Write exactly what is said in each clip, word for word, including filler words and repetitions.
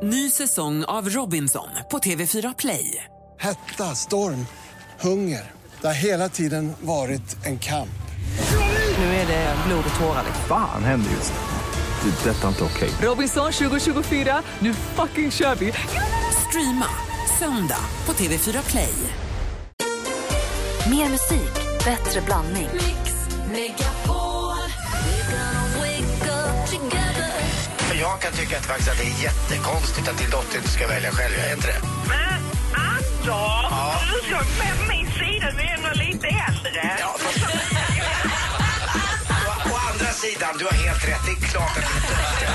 Ny säsong av Robinson på T V fyra Play. Hetta, storm, hunger. Det har hela tiden varit en kamp. Nu är det blod och tårar. Fan händer just det. Det är detta inte okej. Robinson tjugo tjugofyra, nu fucking kör vi. Streama söndag på T V fyra Play. Mer musik, bättre blandning. Mix Megapol. Jag kan tycka att, faktiskt att det är jättekonstigt att din dotter inte ska välja själv. Jag är inte det. Men Anders, ja. Du ska med min sida, du är ändå lite äldre. Ja, fast... å, å andra sidan, du har helt rätt. Det är klart att du inte...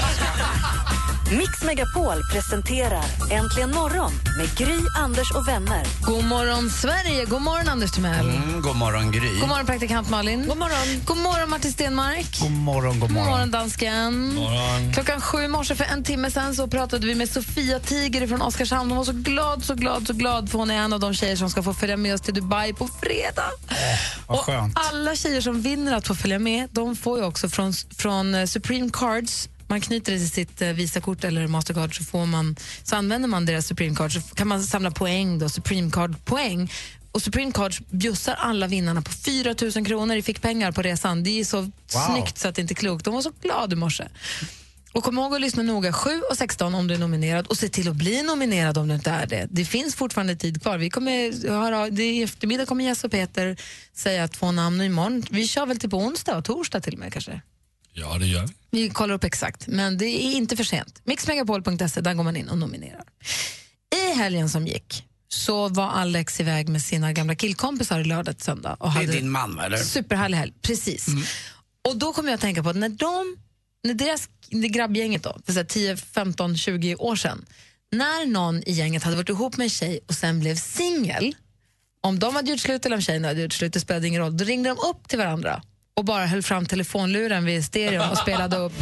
Mix Megapol presenterar Äntligen morgon med Gry, Anders och vänner. God morgon Sverige, god morgon Anders Timell. Mm, god morgon Gry. God morgon praktikant Malin. God morgon. God morgon Martin Stenmark. God morgon, god morgon. God morgon dansken. Morgon. Klockan sju i morse för en timme sedan så pratade vi med Sofia Tiger från Oskarshamn. Hon var så glad, så glad, så glad för hon är en av de tjejer som ska få följa med oss till Dubai på fredag. Äh, vad skönt. Och alla tjejer som vinner att få följa med, de får ju också från, från Supreme Cards. Man knyter det till sitt uh, Visa-kort eller Mastercard, så får man, så använder man deras Supreme Card, så kan man samla poäng då, Supreme Card-poäng. Och Supreme Cards bjussar alla vinnarna på fyra tusen kronor i fickpengar på resan. Det är så wow. Snyggt så att det inte är klokt. De var så glada i morse. Och kom ihåg att lyssna noga sju och sexton om du är nominerad, och se till att bli nominerad om du inte är det. Det finns fortfarande tid kvar. Vi kommer höra, det är eftermiddag kommer Jess och Peter säga två namn, och imorgon, vi kör väl till på onsdag och torsdag till och med kanske. Ja, det gör vi. Vi kollar upp exakt, men det är inte för sent. mix megapol punkt se, där går man in och nominerar. I helgen som gick så var Alex iväg med sina gamla killkompisar i lördag till söndag. Och det är hade din man, eller? Superhärlig helg, precis. Mm. Och då kom jag att tänka på att när de, när deras det grabbgänget då, för så här tio, femton, tjugo år sedan, när någon i gänget hade varit ihop med en tjej och sen blev singel, om de hade gjort slut eller om tjejen hade gjort slut, det spelade ingen roll, då ringde de upp till varandra och bara höll fram telefonluren vid stereon och spelade upp.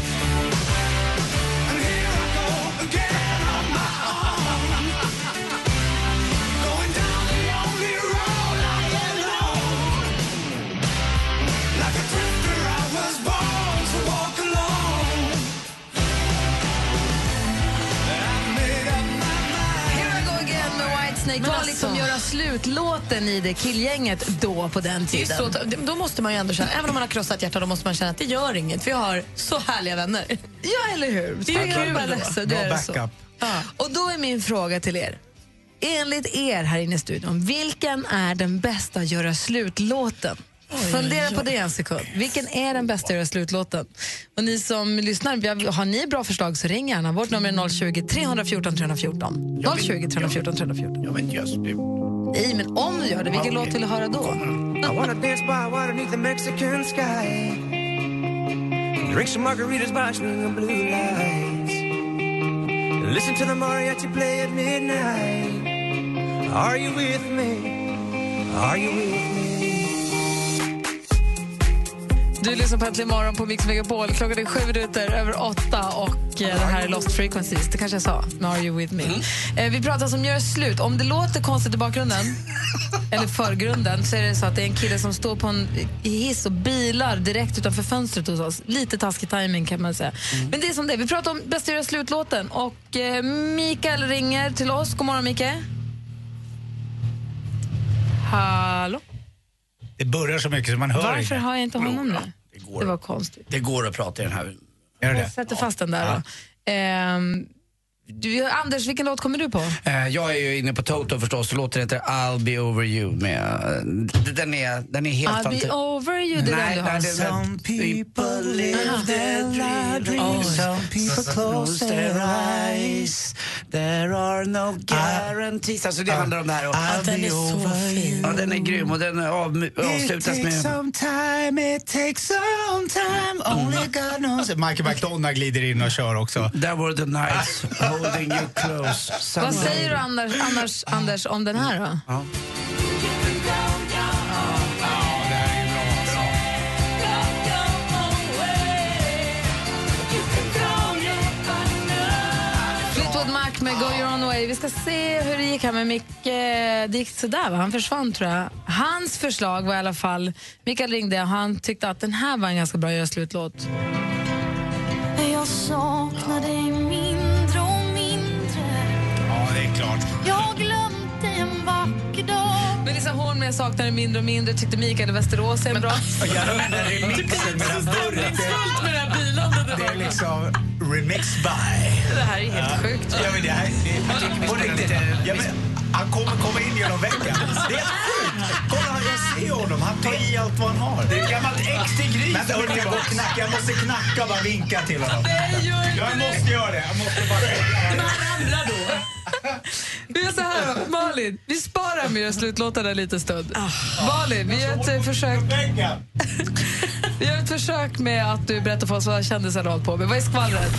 Det var liksom göra slutlåten i det killgänget då på den tiden. Så, då måste man ju ändå känna, även om man har krossat hjärta, då måste man känna att det gör inget. Vi har så härliga vänner. Ja, eller hur? Det är kul bara ledsa, Bra är backup. så. Ja. Och då är min fråga till er. Enligt er här inne i studion, vilken är den bästa göra slutlåten? Oj, Fundera oj. på det en sekund. Vilken är den bästa göra slutlåten? Och ni som lyssnar, har ni bra förslag så ring gärna. Vårt nummer är noll tjugo, tre fjorton, tre fjorton. noll tjugo, tre fjorton, tre fjorton. Jag vet just det. Nej, men om du gör det, vilken okay. låt vill du höra då? I wanna dance by water beneath the Mexican sky. Drink some margaritas by swinging blue lights. Listen to the mariachi play at midnight. Are you with me? Are you with me? Du lyssnar på Äntligen morgon på Mix Megapol. Klockan är sju minuter över åtta och det här är Lost Frequencies. Det kanske jag sa. Are you with me? Mm. Eh, vi pratar om gör slut. Om det låter konstigt i bakgrunden eller förgrunden, så är det så att det är en kille som står på en hiss och bilar direkt utanför fönstret hos oss. Lite taskig timing kan man säga. Mm. Men det är som det. Vi pratar om bästa göra slutlåten och eh, Mikael ringer till oss. God morgon, Mikael. Hallå? Det börjar så mycket som man hör. Varför har jag inte honom nu? Det, går. Det var konstigt. Det går att prata i den här. Gör det? Jag sätter fast den där ja. då. Ehm, du, Anders, vilken låt kommer du på? Uh, jag är ju inne på Toto förstås. Låten heter I'll be over you. Med, uh, den, är, den är helt I'll fantastisk. be over you, det är den du har. Some people live uh-huh. their dreams. Oh. Some people close their eyes. There are no guarantees. Alltså det uh, handlar om det här. Och, uh, den är så fin. Ja, den är grym och den av, avslutas med... It takes some time, it takes some time. Only God knows. Michael McDonald glider in och kör också. There were the nights holding you close. Vad säger du Anders, Anders, Anders om den här då? Ja. Med Go Your Own Way. Vi ska se hur det gick här med Micke. Det gick sådär, va? Han försvann tror jag. Hans förslag var i alla fall, Mikael ringde och han tyckte att den här var en ganska bra göra slutlåt. Jag saknar dig mindre och mindre. jag saknar det mindre och mindre. Tyckte Mikael Västerås är en bra. Jag gillar den där remixen med den början. Med det här bilandet. Det är liksom remix by. Det här är helt sjukt. Ja, men det här, det, på riktigt. Ja, men, han kommer komma in genom veckan. Det är sjukt. Kolla, jag ser honom. Han tar i allt vad han har. Det är ett gammalt ex till gris. Vänta, hörni, jag, knacka. jag måste knacka och bara vinka till honom. Nej, gör Jag måste göra det. Jag måste bara... Men han ramlar då. Vi är så här, Malin, vi sparar med att slutlåta där lite stund. Malin, vi gör ett försök. Vi gör ett försök med att du berättar för oss vad kändisar har hållit på med. Vad är skvallret?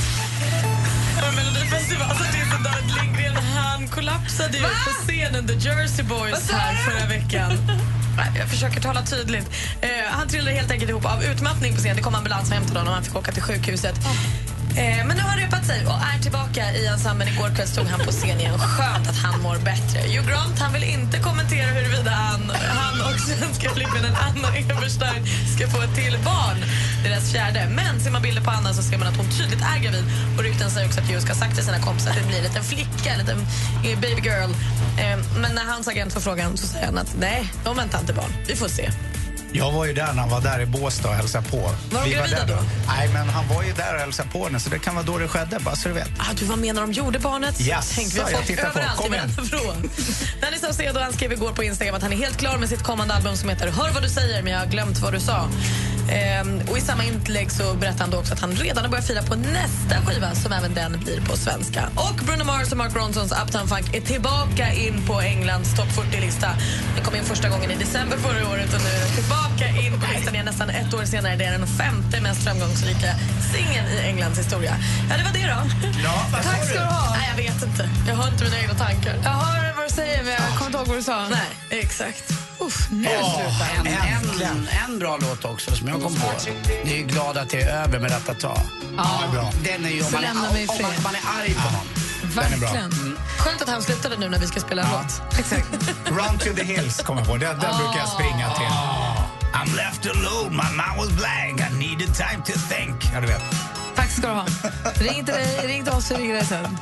Melodifestival, alltså det är så David Lindgren, han kollapsade ju på scenen The Jersey Boys här förra veckan. Nej, jag försöker tala tydligt. Eh, han trillade helt enkelt ihop av utmattning på scenen. Det kom ambulans och hämtade honom och han fick åka till sjukhuset. Eh, men nu har han repat sig och är tillbaka i ensemblen. Igår kväll stod han på scen igen. Skönt att han mår bättre. Hugh Grant, han vill inte kommentera huruvida han, han och svenska flickvännen Anna Eberstein ska få ett till barn. Deras fjärde. Men ser man bilder på Anna så ser man att hon tydligt är gravid. Och rykten säger också att Hugh ska ha sagt till sina kompisar att det blir en liten flicka, en liten baby girl. Eh, men när hans agent får frågan så säger han att nej, de väntar inte barn. Vi får se. Jag var ju där när han var där i Båstad och hälsade på. Var de gravida då? Nej, men han var ju där och hälsade på henne, så det kan vara då det skedde, bara så du vet. Ah, du, vad menar de gjorde barnet? Yes, Tänk, vi har jag fått tittar på. överallt Kom i igen. från. Dennis Saucedo, han skrev igår på Instagram att han är helt klar med sitt kommande album som heter Hör vad du säger, men jag har glömt vad du sa. Ehm, och i samma inlägg så berättar han då också att han redan har börjat fira på nästa skiva som även den blir på svenska. Och Bruno Mars och Mark Ronsons Uptown Funk är tillbaka in på Englands topp fyrtio-lista. Den kom in första gången i december förra året och nu är den tillbaka in på listan igen nästan ett år senare. Det är den femte mest framgångsrika singeln i Englands historia. Ja, det var det då. Ja, Tack ska du ha. Nej, jag vet inte. Jag har inte mina egna tankar. Jag hör vad du säger, men jag kommer inte ihåg vad du sa. Nej, exakt. Uff, nu Åh, slutar en, En, en bra låt också som jag kom på. Det är ju Glad att det är över med Rätt att ta. Ja, bra. Den är ju om Så man lämna är, mig i om man, fred. man är arg på någon. verkligen. Mm. Skönt att han slutade nu när vi ska spela en låt. Exakt. Run to the hills kommer jag på. Den, den oh. brukar jag springa till. I'm left alone, my mind was blank. I needed time to think. Ja, du vet. Tack ska du ha. Ring inte dig, ring inte oss så ringer det sen.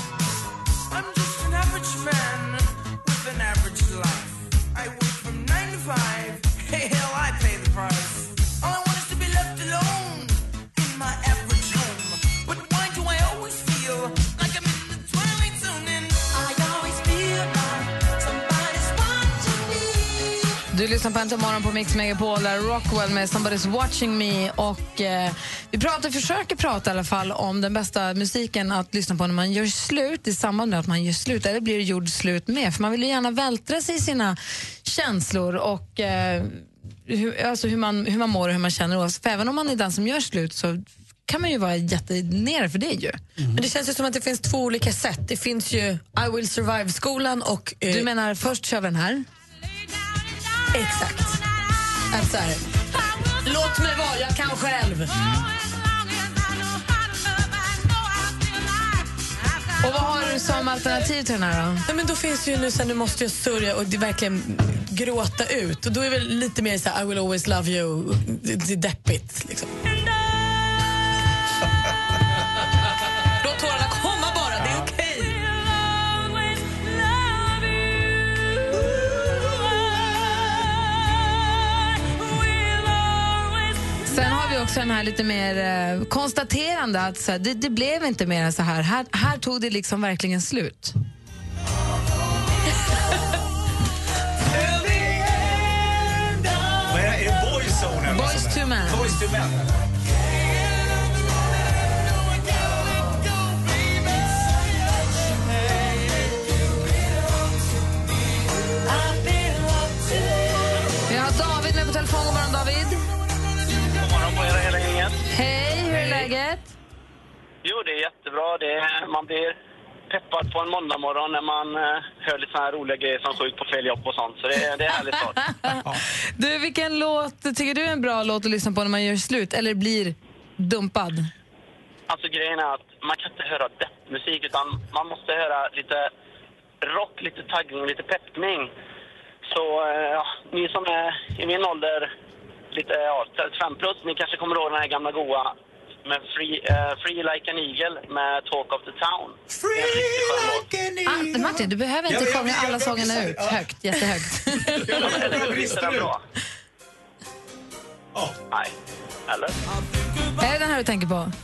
I'm just an average man with an average life. I work from nine to five. Hey, hell, I pay the price. All I want is to be left alone in my average home. But why do I always feel like I'm in the twilight zone? And I always feel like somebody's watching me. Du lyssnar på Äntligen morgon på Mix Megapol där Rockwell med Somebody's Watching Me och eh, vi pratar, försöker prata i alla fall om den bästa musiken att lyssna på när man gör slut i samband med att man gör slut, eller blir det gjord slut med, för man vill ju gärna vältra sig i sina känslor och eh, hur, alltså hur, man, hur man mår och hur man känner oss, för även om man är den som gör slut så kan man ju vara jättenere för det ju. Mm. Men det känns ju som att det finns två olika sätt. Det finns ju I Will Survive-skolan och... Eh, du menar först kör vi den här? Exakt. Att så här, låt mig vara, jag kan själv. Mm. Och vad har du som alternativ till den här då? Ja, men då finns det ju nu sen du måste jag sörja och det verkligen gråta ut. Och då är det väl lite mer så här, I will always love you, det, det är deppigt liksom. Låt tårarna komma bara, det är okej. Sen har vi också den här lite mer eh, konstaterande att så här, det, det blev inte mer än så här. här. Här tog det liksom verkligen slut. Vad är det? Är det Boyzone eller Boys to Man. Boys to Man. Vi har David med på telefon. God morgon, David. God morgon på er hela gänget. Hej, hur är läget? Jo, det är jättebra. Det är, man blir peppad på en måndag morgon när man uh, hör lite såna här roliga grejer som går ut på fel jobb och sånt. Så det, det är härligt start. Du, vilken låt tycker du är en bra låt att lyssna på när man gör slut eller blir dumpad? Alltså grejen är att man kan inte höra deppmusik utan man måste höra lite rock, lite taggning, lite peppning. Så uh, ja, ni som är i min ålder lite ja, trettiofem plus, ni kanske kommer ihåg den här gamla goa med Free, uh, Free Like an Eagle med Talk of the Town. Free like an eagle. Ah, Martin, du behöver inte Ja, sjunga jag- jag- alla jag- sångerna jag- ut ja. högt, jättehögt. Eller brister det bra? Nej. Eller? Är det den här du tänker på?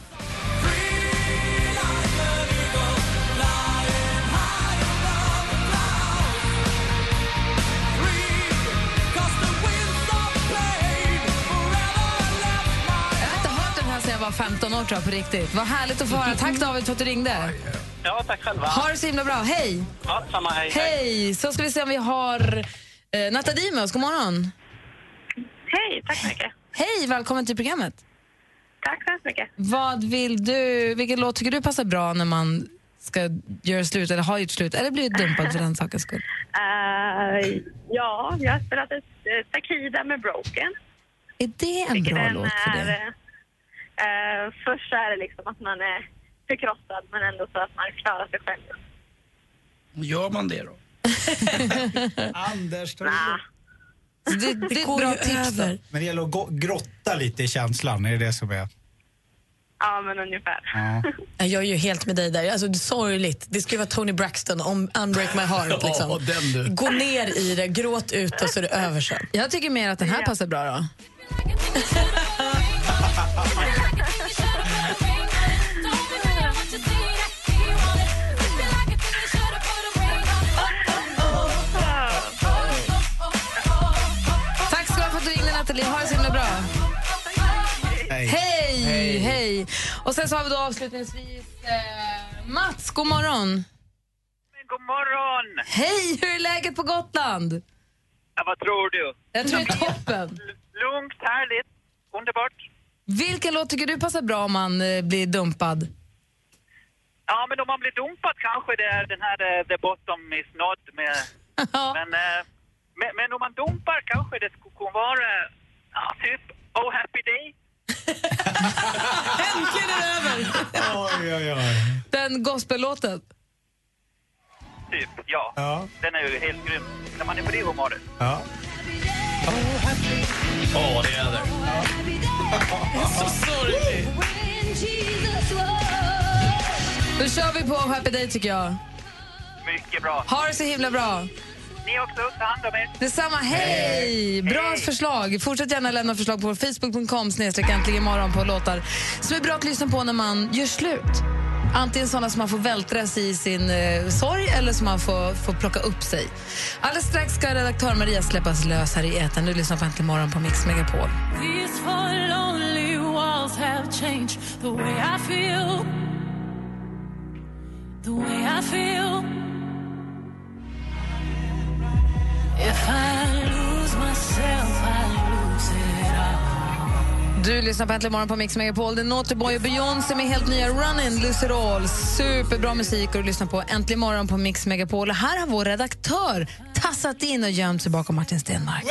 Jag var femton år tror jag på riktigt. Vad härligt att få höra. Tack David för att du ringde. Ja, tack själva. Ha det så himla bra. Hej! Ja, samma hej. Hej! Så ska vi se om vi har eh, Nathalie med oss. God morgon. Hej, tack så mycket. Hej, välkommen till programmet. Tack så mycket. Vad vill du, vilken låt tycker du passar bra när man ska göra slut eller har gjort slut eller blivit dumpad för den sakens skull? Uh, ja, jag har spelat ett uh, Takida med Broken. Är det en Vilket bra den låt för är, det? Uh, först är det liksom att man är förkrossad men ändå så att man klarar sig själv. Gör man det då? Anders, nah. det, det är ett bra tips då. Men det gäller att gå, grotta lite i känslan, är det det som är? Ja, men ungefär. Ja. Jag är ju helt med dig där. Alltså, det är sorgligt. Det ska ju vara Tony Braxton om Unbreak My Heart. Liksom. Ja, den du. Gå ner i det, gråt ut och så är det över sen. Jag tycker mer att den här passar bra då. Tack ska du ha för att du ringde, Nathalie. Ha det så himla bra. Hej. Hej, hej, hej. Och sen så har vi då avslutningsvis eh, Mats, god morgon. God morgon! Hej, hur är läget på Gotland? Ja, vad tror du? Jag tror det är toppen. Lugnt, härligt, underbart. Vilken låt tycker du passar bra om man eh, blir dumpad? Ja, men om man blir dumpad kanske det är den här uh, The Bottom is Not med... men, uh, men, men om man dumpar kanske det skulle kunna vara ja, typ Oh Happy Day. Äntligen är det över! Oj, oj, oj. Den gospellåten. Typ, ja. Ja. Den är ju helt grym. När man är på det humöret. Ja. Åh, det är över. Så sorgligt. Då kör vi på Happy Day tycker jag. Mycket bra. Ha det så himla bra. Ni också, ta hand om er. Detsamma, hej! Bra förslag. Fortsätt gärna lämna förslag på facebook punkt com snedstreck äntligen imorgon på låtar som är bra att lyssna på när man gör slut. Antingen sådana som man får vältras i sin eh, sorg eller som man får, får plocka upp sig. Alldeles strax ska redaktör Maria släppas lös här i etern. Du lyssnar på Äntligen morgon på Mix Megapol. These four lonely walls have changed the way I feel. The way I feel. If I lose myself, I lose it all. Du lyssnar på Äntligen morgon på Mix Megapol. Det är Naughty Boy och Beyoncé med helt nya Runnin', Lucerol. Superbra musik och du lyssnar på Äntligen morgon på Mix Megapol. Och här har vår redaktör tassat in och gömt sig bakom Martin Stenmark.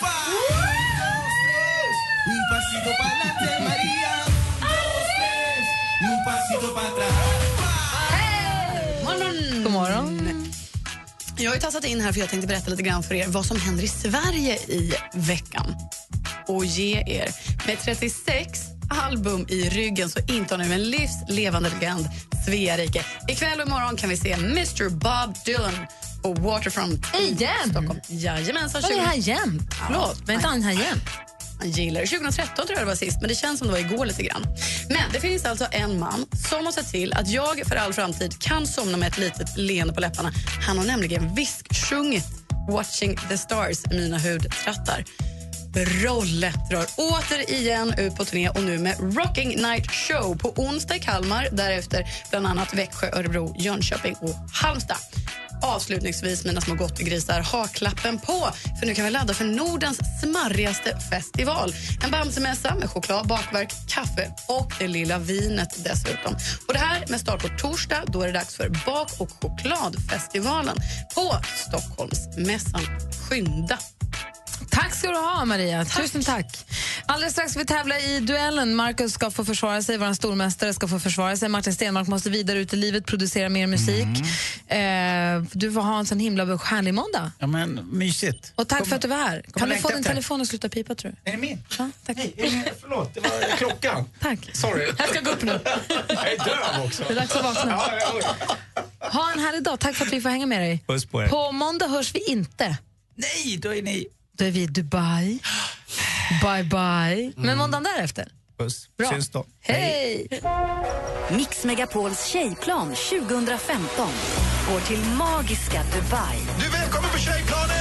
God morgon. Jag har ju tassat in här för jag tänkte berätta lite grann för er vad som händer i Sverige i veckan. Och ge er. Med trettiosex album i ryggen så intar nu en livslevande legend Svea rike. Ikväll och imorgon kan vi se mister Bob Dylan och Waterfront i Igen? Stockholm. Jajamensan. Han är här jämt. Förlåt. Men inte han här jämt. Han gillar tjugohundratretton tror jag det var sist, men det känns som det var igår lite grann. Men det finns alltså en man som har sett till att jag för all framtid kan somna med ett litet leende på läpparna. Han har nämligen visksjungit Watching the Stars i mina hudtrattar. Brolle drar återigen ut på turné och nu med Rocking Night Show på onsdag i Kalmar, därefter bland annat Växjö, Örebro, Jönköping och Halmstad. Avslutningsvis, mina små gottegrisar, ha klappen på, för nu kan vi ladda för Nordens smarrigaste festival. En Bamsemässa med choklad, bakverk, kaffe och det lilla vinet dessutom. Och det här med start på torsdag, då är det dags för bak- och chokladfestivalen på Stockholmsmässan. Skynda! Tack ska du ha, Maria. Tack. Tusen tack. Alldeles strax ska vi tävla i duellen. Marcus ska få försvara sig, vår stormästare ska få försvara sig. Martin Stenmark måste vidare ut i livet, producera mer musik. Mm. Eh, du får ha en sån himla härlig måndag. Ja, men mysigt. Och tack Kom, för att du var här. Kan du få din telefon att sluta pipa, tror du? Är det min? Ja, tack. Nej, är det, förlåt, det var klockan. Tack. Sorry. Jag ska gå upp nu. Jag är döv också. Det är dags att vakna. Ja, ja, ja. Ha en härlig dag. Tack för att vi får hänga med dig. Puss på er. På måndag hörs vi inte. Nej, då är ni... Då är vi i Dubai. Bye bye. Mm. Men måndagen därefter. Puss. Bra. Syns då. Hej! Mix Megapols tjejplan tjugohundrafemton går till magiska Dubai. Du är välkommen på tjejplanen!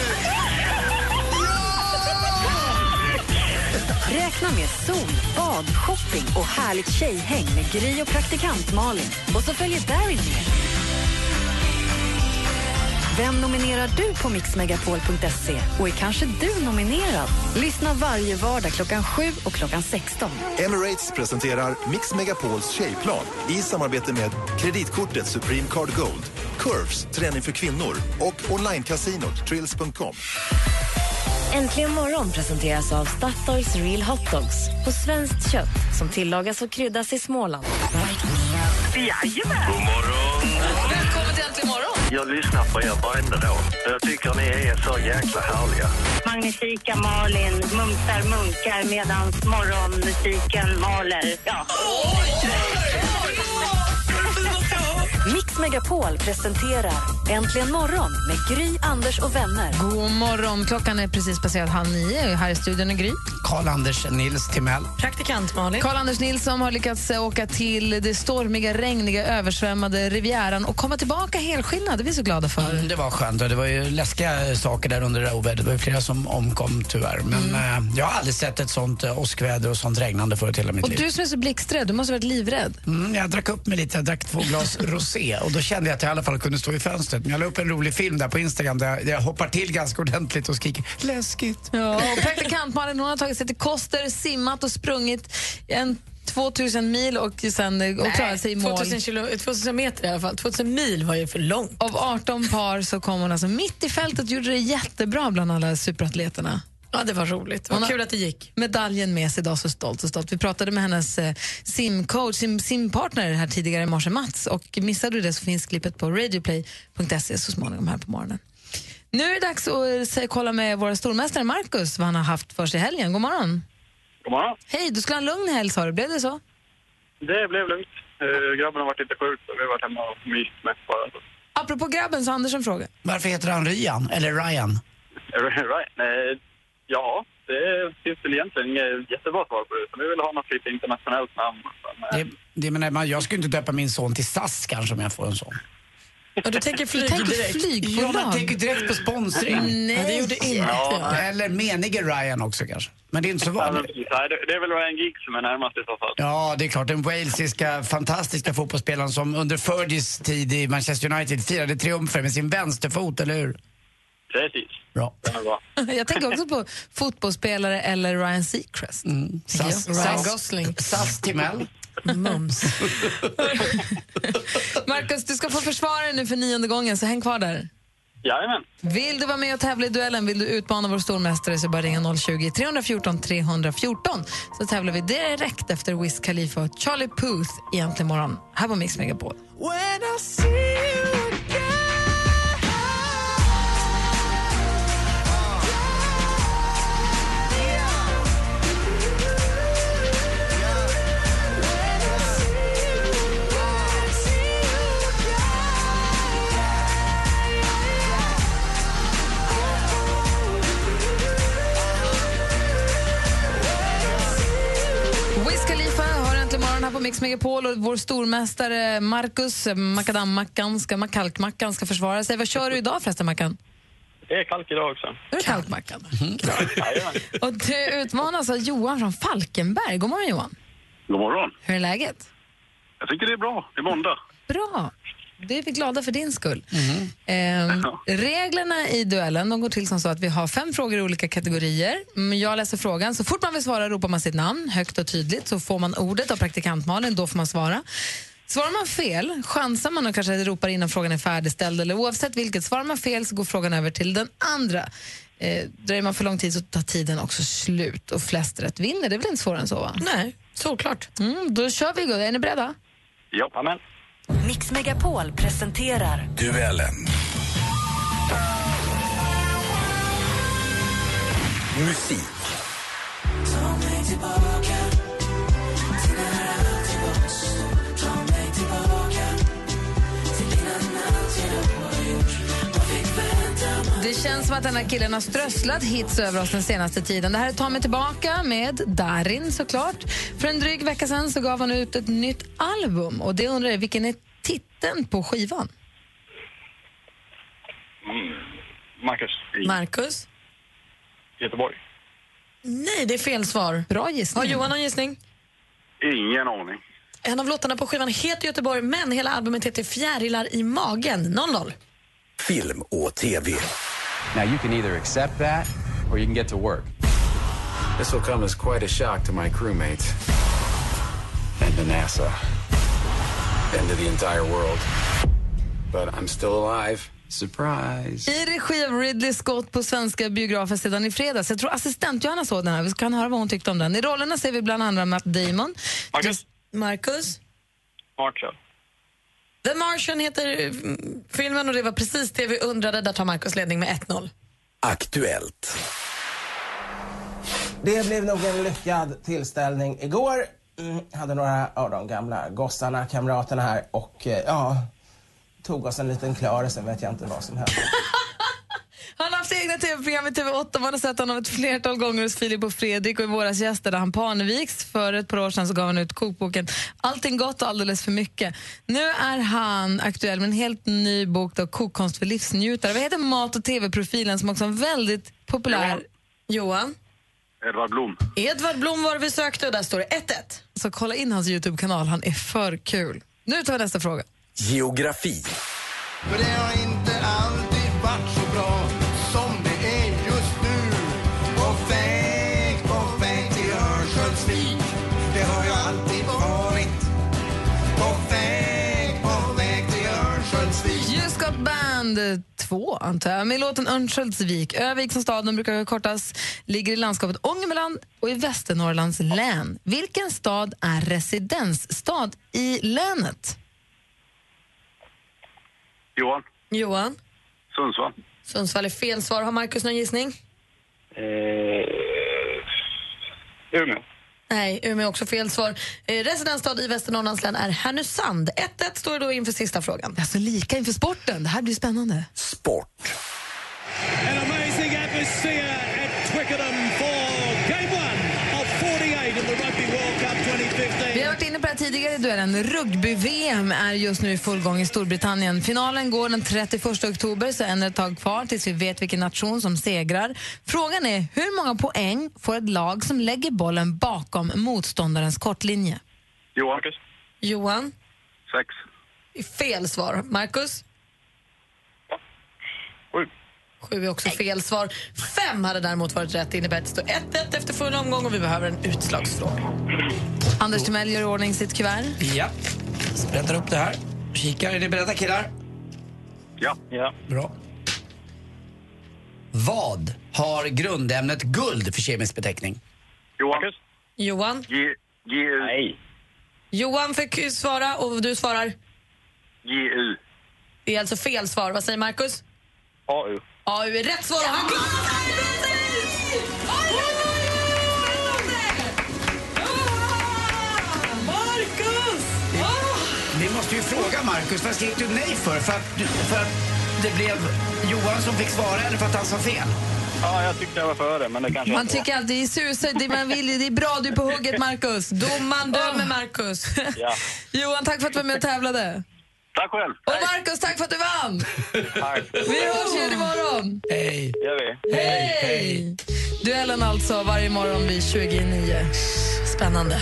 Räkna med sol, bad, shopping och härligt tjejhäng med Gry och praktikant Malin. Och så följer Daryl med. Vem nominerar du på mix megapol punkt se? Och är kanske du nominerad? Lyssna varje vardag klockan sju och klockan sexton. Emirates presenterar Mix Megapols tjejplan i samarbete med kreditkortet Supreme Card Gold, Curves, träning för kvinnor och online-casinot Trills punkt com. Äntligen morgon presenteras av Statoils Real Hot Dogs på svenskt kött som tillagas och kryddas i Småland. Jajamän! God morgon! Välkommen till Äntligen morgon! Jag lyssnar på er varenda dag. Jag tycker ni är så jäkla härliga. Magnifika Malin mumsar munkar medan morgonmusiken maler. Ja. Mix Megapol presenterar Äntligen morgon med Gry, Anders och vänner. God morgon, klockan är precis passerat halv nio. Här i studion är Gry. Karl-Anders Nils Timell. Praktikant Malin. Karl-Anders Nilsson har lyckats åka till det stormiga, regniga, översvämmade Rivieran och komma tillbaka helskinnad. Det är vi så glada för. Mm, det var skönt och det var ju läskiga saker där under det ovädret. Det var ju flera som omkom tyvärr. Men mm. eh, jag har aldrig sett ett sånt eh, åskväder och sånt regnande förut hela mitt och liv. Och du som är så blixträdd, du måste ha varit livrädd. Mm, jag drack upp mig lite, jag drack två glas rosé och då kände jag att jag i alla fall kunde stå i fönstret. Men jag la upp en rolig film där på Instagram där jag, där jag hoppar till ganska ordentligt och skriker läskigt. Ja, och praktikant Malin, hon har tagit sig till Koster, simmat och sprungit en tvåtusen mil och sen och klarat sig i mål. tvåtusen, kilo, tvåtusen meter i alla fall. tvåtusen mil var ju för långt. Av arton par så kom hon alltså mitt i fältet och gjorde det jättebra bland alla superatleterna. Ja, det var roligt. Vad kul att det gick. Medaljen med sig idag, så stolt och stolt. Vi pratade med hennes eh, simcoach, sim, simpartner här tidigare i morse, Mats. Och missade du det så finns klippet på radioplay punkt se så småningom här på morgonen. Nu är det dags att eh, kolla med våra stormästare Marcus vad han har haft för sig i helgen. God morgon. God morgon. Hej, du skulle ha en lugn helg, sa du. Blev det så? Det blev lugnt. Uh, grabben har varit lite sjuk så vi har varit hemma och myst mest bara. Apropå grabben så Anders en fråga. Varför heter han Ryan? Eller Ryan? Right. Nej, ja, det finns väl egentligen inget jättebra svar på det. Så vi vill ha något lite internationellt namn. Men, det, det menar man, jag skulle inte döpa min son till S A S kanske om jag får en sån. Ja, du tänker flyg du tänker direkt. Flygbolag. Ja, man tänker direkt på sponsring. Nej, ja, det gjorde inte. Ja. Eller menige Ryan också kanske. Men det är inte så vanligt. Ja, det, det är väl Ryan Giggs som är närmast i så fall. Ja, det är klart. Den walesiska fantastiska fotbollsspelaren som under Fergies tid i Manchester United firade triumfer med sin vänsterfot, eller hur? Precis. Bra. Jag tänker också på fotbollsspelare eller Ryan Seacrest. Mm. Sass, Ryan Sass, Gosling. Sass Timell. Mums. Marcus, du ska få försvara dig nu för nionde gången, så häng kvar där. Jajamän. Vill du vara med och tävla i duellen, vill du utmana vår stormästare, så bara ringa noll tjugo, tre fjorton, tre fjorton. Så tävlar vi direkt efter Wiz Khalifa och Charlie Puth i Äntligen morgon här på Mix Megapol. When I see you again. Här på Mix Megapol och vår stormästare Marcus Macadam-Mackan ska, Makalk-Mackan ska försvara sig. Vad kör du idag förresten, Mackan? Det är kalk idag också. Det är kalkmackan. Mm. Jajamän. Och du utmanas av Johan från Falkenberg. God morgon, Johan. God morgon. Hur är läget? Jag tycker det är bra. Det är måndag. Bra. Det är vi glada för din skull. Mm. Eh, reglerna i duellen de går till som så att vi har fem frågor i olika kategorier. Jag läser frågan. Så fort man vill svara ropar man sitt namn högt och tydligt, så får man ordet av praktikantmalen, då får man svara. Svarar man fel, chansar man och kanske ropar innan frågan är färdigställd, eller oavsett vilket, svarar man fel så går frågan över till den andra. Eh, dröjer man för lång tid så tar tiden också slut och flest rätt vinner. Det är väl inte svårare än så, va? Nej, såklart. Mm, då kör vi. Är ni beredda? Ja, amen. Mix Megapol presenterar Duellen. Musik. Ta mig tillbaka till när allt var oss. Ta mig tillbaka till innan Det känns som att den här killen har strösslat hits över oss den senaste tiden. Det här är Ta mig tillbaka med Darin såklart. För en dryg vecka sedan så gav han ut ett nytt album. Och det undrar jag, vilken är titeln på skivan? Mm. Marcus. Marcus? Göteborg. Nej, det är fel svar. Bra gissning. Har Johan någon gissning? Ingen aning. En av låtarna på skivan heter Göteborg, men hela albumet heter Fjärilar i magen. noll noll. Film och tv. Now you can either accept that or you can get to work. This will come as quite a shock to my crewmates and to NASA and to the entire world. But I'm still alive. Surprise. I regi av Ridley Scott på svenska biografer sedan i fredags. Jag tror assistent Johanna såg den här. Vi kan höra vad hon tyckte om den. I rollerna ser vi bland andra Matt Damon. Marcus. Marcus. Marshall. The Martian heter mm, filmen och det var precis det vi undrade. Där tar Marcus ledning med ett noll. Aktuellt. Det blev nog en lyckad tillställning igår. Mm, hade några av de gamla gossarna, kamraterna här och eh, ja, tog oss en liten klar, sen vet jag inte vad som hände. Han har haft egna tv-program i T V åtta. Man har sett honom ett flertal gånger hos Filip och Fredrik och i våras gäster där han Parneviks. För ett par år sedan så gav han ut kokboken Allting gott och alldeles för mycket. Nu är han aktuell med en helt ny bok då, Kokkonst för livsnjutare. Vad heter mat- och tv-profilen som också är väldigt populär? Johan. Johan. Edvard Blom. Edvard Blom var vi sökte och där står det ett ett. Så kolla in hans YouTube-kanal, han är för kul. Nu tar vi nästa fråga. Geografi. För det har inte alltid varit så bra som det är just nu. På väg, på väg till Örnsköldsvik. Det har jag alltid varit. På väg, på väg till Örnsköldsvik. Just Got Band två antar jag. Med låten Örnsköldsvik. Övik som staden brukar kortas ligger i landskapet Ångermanland och i Västernorrlands län. Vilken stad är residensstad i länet? Johan. Johan. Sundsvall. Sundsvall är fel svar. Har Marcus någon gissning? Eh, Umeå. Nej, Umeå är också fel svar. Eh, residensstad i Västernorrlands län är Härnösand. ett ett står då inför sista frågan. Det är alltså lika inför sporten. Det här blir spännande. Sport. An amazing atmosphere at Twickenham for game one of forty-eight in the Rugby World Cup twenty fifteen. Vi har varit inne på det här tidigare i duellen. Rugby-V M är just nu i full gång i Storbritannien. Finalen går den trettioförsta oktober, så än ett tag kvar tills vi vet vilken nation som segrar. Frågan är, hur många poäng får ett lag som lägger bollen bakom motståndarens kortlinje? Johan. Johan. Sex. Fel svar. Marcus. Sju. Sju är också fel svar. Fem hade däremot varit rätt. Det innebär att det står ett ett efter full omgång och vi behöver en utslagsfråga. Anders Timell gör i ordning sitt kuvert. Ja, sprättar upp det här. Kikar, är ni beredda killar? Ja. ja. Bra. Vad har grundämnet guld för kemisk beteckning? Johan. Johan. G... G... Nej. Johan fick svara och du svarar? G U. Det är alltså fel svar. Vad säger Marcus? A U. A U är rätt svar. Han klarar sig! Marcus! Vi måste ju fråga Marcus, vad skrek du nej för? För att, för att det blev Johan som fick svara eller för att han sa fel? Ja, jag tyckte jag var före, men det kanske Man tycker alltid i susar, det man vill, det är bra du är på hugget, Marcus. Domaren dömer Marcus. Ja. Johan, tack för att du var med och tävlade. Tack själv. Och Marcus, tack för att du vann. Tack. Vi hörs igen imorgon. Hej. Gör vi. Hej. Hej. Duellen alltså varje morgon vid tjugonio. Spännande.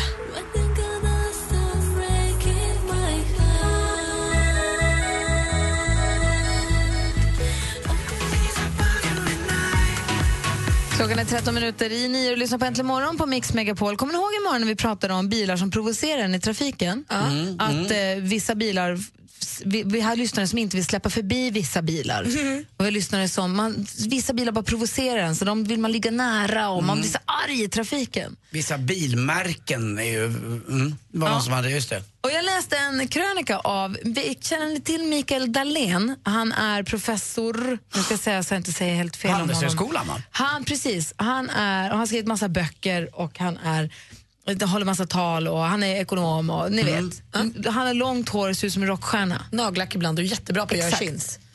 Klockan är tretton minuter i nio och lyssnar på Äntligen morgon på Mix Megapol. Kommer ni ihåg imorgon när vi pratade om bilar som provocerar en i trafiken? Mm, att mm. Eh, vissa bilar, vi, vi har lyssnare som inte vill släppa förbi vissa bilar. Mm. Och vi har lyssnare som, man, vissa bilar bara provocerar en, så de vill man ligga nära och mm. man blir så arg i trafiken. Vissa bilmärken är ju, mm, var någon ja. som hade, just det. Och jag läste en krönika av, känner ni till Mikael Dahlén? Han är professor, jag ska säga så jag inte säger helt fel om honom. Handelshögskolan, va? Han, precis, han är, och han har skrivit massa böcker och han är, håller massa tal och han är ekonom och ni mm. vet. Mm. Han har långt hår och ser ut som en rockstjärna. Nagellack ibland och jättebra på att göra chins.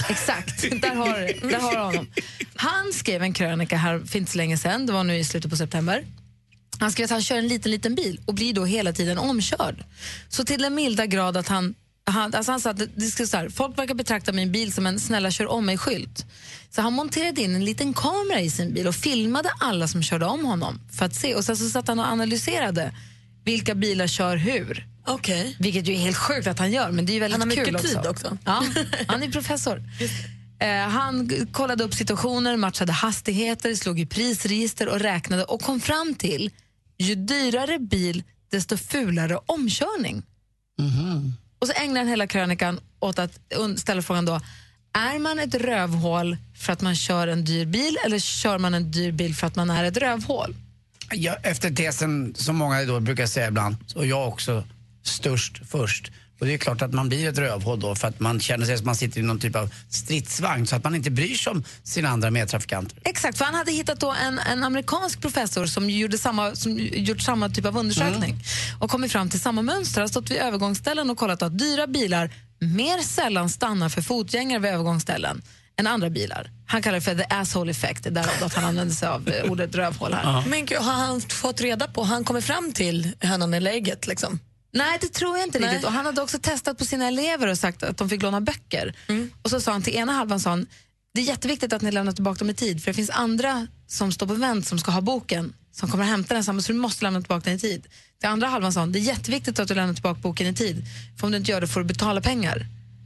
Exakt, där har, där har honom. Han skrev en krönika här för inte så länge sedan, det var nu i slutet på september. Han skrev att han kör en liten, liten bil och blir då hela tiden omkörd. Så till den milda grad att han, han, alltså han sa att det ska så här, folk verkar betrakta min bil som en snälla kör om mig-skylt. Så han monterade in en liten kamera i sin bil och filmade alla som körde om honom för att se. Och sen så satt han och analyserade vilka bilar kör hur. Okay. Vilket ju är helt sjukt att han gör, men det är ju väldigt han har kul mycket också. tid också. Ja, han är professor. Eh, han kollade upp situationer, matchade hastigheter, slog i prisregister och räknade och kom fram till ju dyrare bil, desto fulare omkörning. Mm-hmm. Och så ägnar han hela krönikan åt att ställa frågan då, är man ett rövhål för att man kör en dyr bil eller kör man en dyr bil för att man är ett rövhål? Ja, efter tesen, som många då brukar säga ibland, så jag också störst först. Och det är klart att man blir ett rövhål då för att man känner sig som man sitter i någon typ av stridsvagn så att man inte bryr sig om sina andra medtrafikanter. Exakt, för han hade hittat då en, en amerikansk professor som, gjorde samma, som gjort samma typ av undersökning mm. och kommit fram till samma mönster. Han har stått vid övergångsställen och kollat att dyra bilar mer sällan stannar för fotgängare vid övergångsställen än andra bilar. Han kallar det för the asshole effect, därav att han använder sig av ordet rövhål här. Uh-huh. Men har han fått reda på, han kommer fram till hönan eller ägget liksom? Nej, det tror jag inte Nej. riktigt. Och han hade också testat på sina elever och sagt att de fick låna böcker. Mm. Och så sa han till ena halvan, sa han, det är jätteviktigt att ni lämnar tillbaka dem i tid, för det finns andra som står på vänt som ska ha boken, som kommer att hämta den samma, så du måste lämna tillbaka den i tid. Till andra halvan sa han, det är jätteviktigt att du lämnar tillbaka boken i tid, för om du inte gör det får du betala pengar.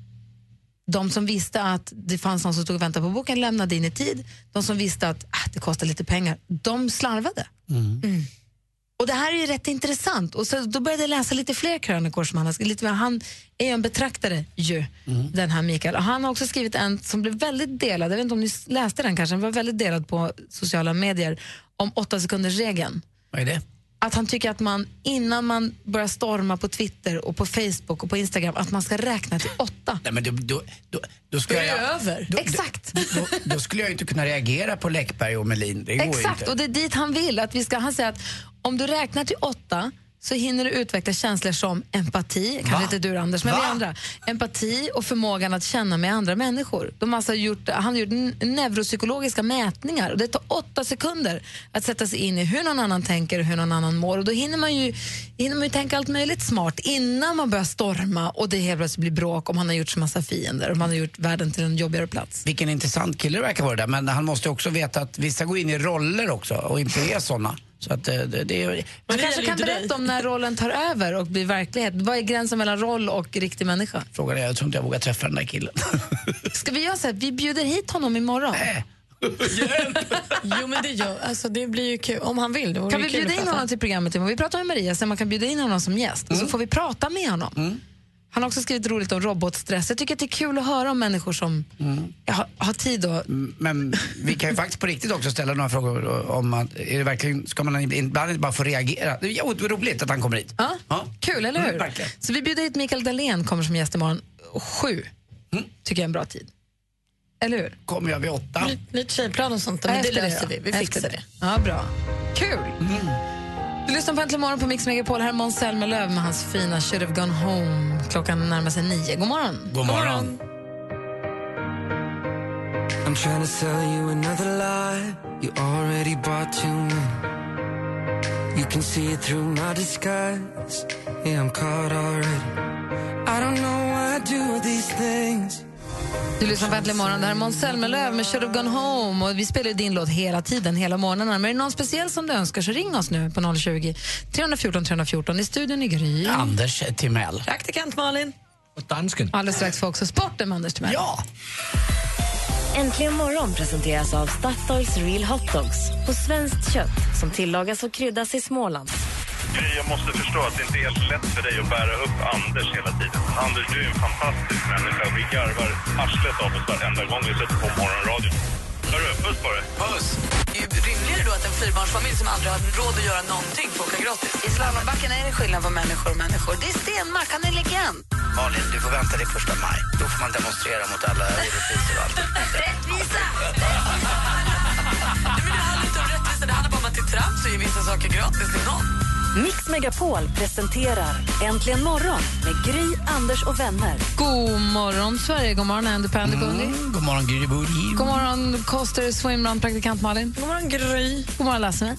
De som visste att det fanns någon som stod och väntade på boken lämnade in i tid. De som visste att ah, det kostar lite pengar, de slarvade. Mm. Mm. Och det här är ju rätt intressant. Och så, då började jag läsa lite fler krönikor som han har skrivit. Han är ju en betraktare ju, mm. den här Mikael. Och han har också skrivit en som blev väldigt delad. Jag vet inte om ni läste den kanske. Den var väldigt delad på sociala medier om åtta sekunders regeln. Vad är det? Att han tycker att man, innan man börjar storma på Twitter och på Facebook och på Instagram, att man ska räkna till åtta. Nej, men då, då, då, då skulle det är jag, över. Då, Exakt. Då, då, då skulle jag inte kunna reagera på Läckberg och Melin. Det går Exakt, inte. och det är dit han vill. Att vi ska, han säger att om du räknar till åtta så hinner du utveckla känslor som empati, kanske Va? inte du Anders, men Va? vi andra. Empati och förmågan att känna med andra människor. De har alltså gjort, han har gjort neuropsykologiska mätningar och det tar åtta sekunder att sätta sig in i hur någon annan tänker och hur någon annan mår. Och då hinner man ju, hinner man ju tänka allt möjligt smart innan man börjar storma och det helt plötsligt blir bråk om han har gjort så massa fiender och man har gjort världen till en jobbigare plats. Vilken intressant kille det verkar vara där, men han måste också veta att vissa går in i roller också och inte är såna. Så att det, det, det är... Man kanske kan berätta om när rollen tar över och blir verklighet. Vad är gränsen mellan roll och riktig människa? Frågan är, jag tror inte jag vågar träffa den där killen. Ska vi göra så här, vi bjuder hit honom imorgon? Nej. Jo, men det gör, alltså det blir ju kul om han vill. Det kan vi kul bjuda in honom till programmet? Vi pratar med Maria så man kan bjuda in honom som gäst mm. och så får vi prata med honom. Mm. Han har också skrivit roligt om robotstress. Jag tycker att det är kul att höra om människor som mm. har, har tid att... Men vi kan ju faktiskt på riktigt också ställa några frågor om att är det verkligen, ska man ibland inte bara få reagera? Det är roligt att han kommer hit. Ja, ja. Kul, eller hur? Mm, verkligen. Så vi bjuder hit Mikael Dahlén, kommer som gäst imorgon. Sju, mm. tycker jag är en bra tid. Eller hur? Kommer jag vid åtta? Lite tjejplan och sånt, men det löser vi. Vi fixar det. Ja, bra. Kul! Mm. Du lyssnar på Äntligen morgon på Mix Megapol. Här är Måns Zelmerlöw med hans fina Should have gone home. Klockan närmar sig nio. God morgon. God morgon. I'm trying to sell you another lie. You already bought too many. You can see it through my disguise. Yeah, I'm caught already. I don't know why I do these things. Du lyssnar på Äntligen morgon. Det här är Måns Zelmerlöw med Should have gone home. Och vi spelar din låt hela tiden, hela morgonen. Men är det någon speciell som du önskar så ring oss nu på noll tjugo, tre fjorton, tre fjorton. I studion i Gry. Anders Timell. Praktikant Malin. Och dansken. Alldeles strax får också sporten med Anders Timell. Ja! Äntligen morgon presenteras av Statoils Real Hot Dogs på svenskt kött som tillagas och kryddas i Småland. Jag måste förstå att det inte är helt lätt för dig att bära upp Anders hela tiden. Anders, du är en fantastisk människa. Vi garvar arslet av oss varenda gång vi sätter på morgonradion. Hörru, puss på dig. Puss! Det är rimligare då att en fyrbarnsfamilj som aldrig har råd att göra någonting får åka gratis. I slalombacken är det skillnad på människor och människor. Det är Stenmark, han är legend. Malin, du får vänta till första maj. Då får man demonstrera mot alla orättvisor och allt. Rättvisa! Nej, men det handlar inte om rättvisa. Det handlar bara om att det är trams och ger vissa saker gratis till någon. Mix Megapol presenterar Äntligen morgon med Gry, Anders och vänner. God morgon, Sverige. God morgon, Andy Pandegundi. Mm, god morgon, Gry Budi. God morgon, Koster Swimrun, praktikant Malin. God morgon, Gry. God morgon, Lasse.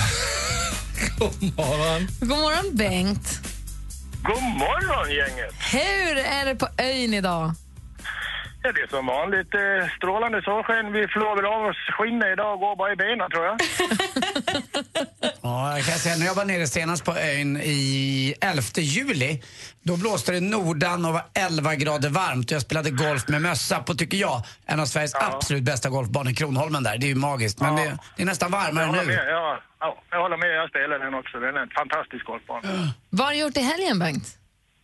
God morgon. God morgon, Bengt. God morgon, gänget. Hur är det på ön idag? Ja, det är som vanligt. Eh, strålande solsken. Vi förlorar av oss skinnet idag och går bara i benen, tror jag. Ja, jag kan säga, när jag var nere senast på ön i elfte juli, då blåste det nordan och var elva grader varmt. Jag spelade golf med mössa på, tycker jag, en av Sveriges Ja. absolut bästa golfbanor, Kronholmen där. Det är ju magiskt, men Ja. det, det är nästan varmare Jag håller nu. med, ja. Ja, jag håller med. Jag spelar den också. Den är en fantastisk golfbana. Vad har du gjort i helgen, Bengt?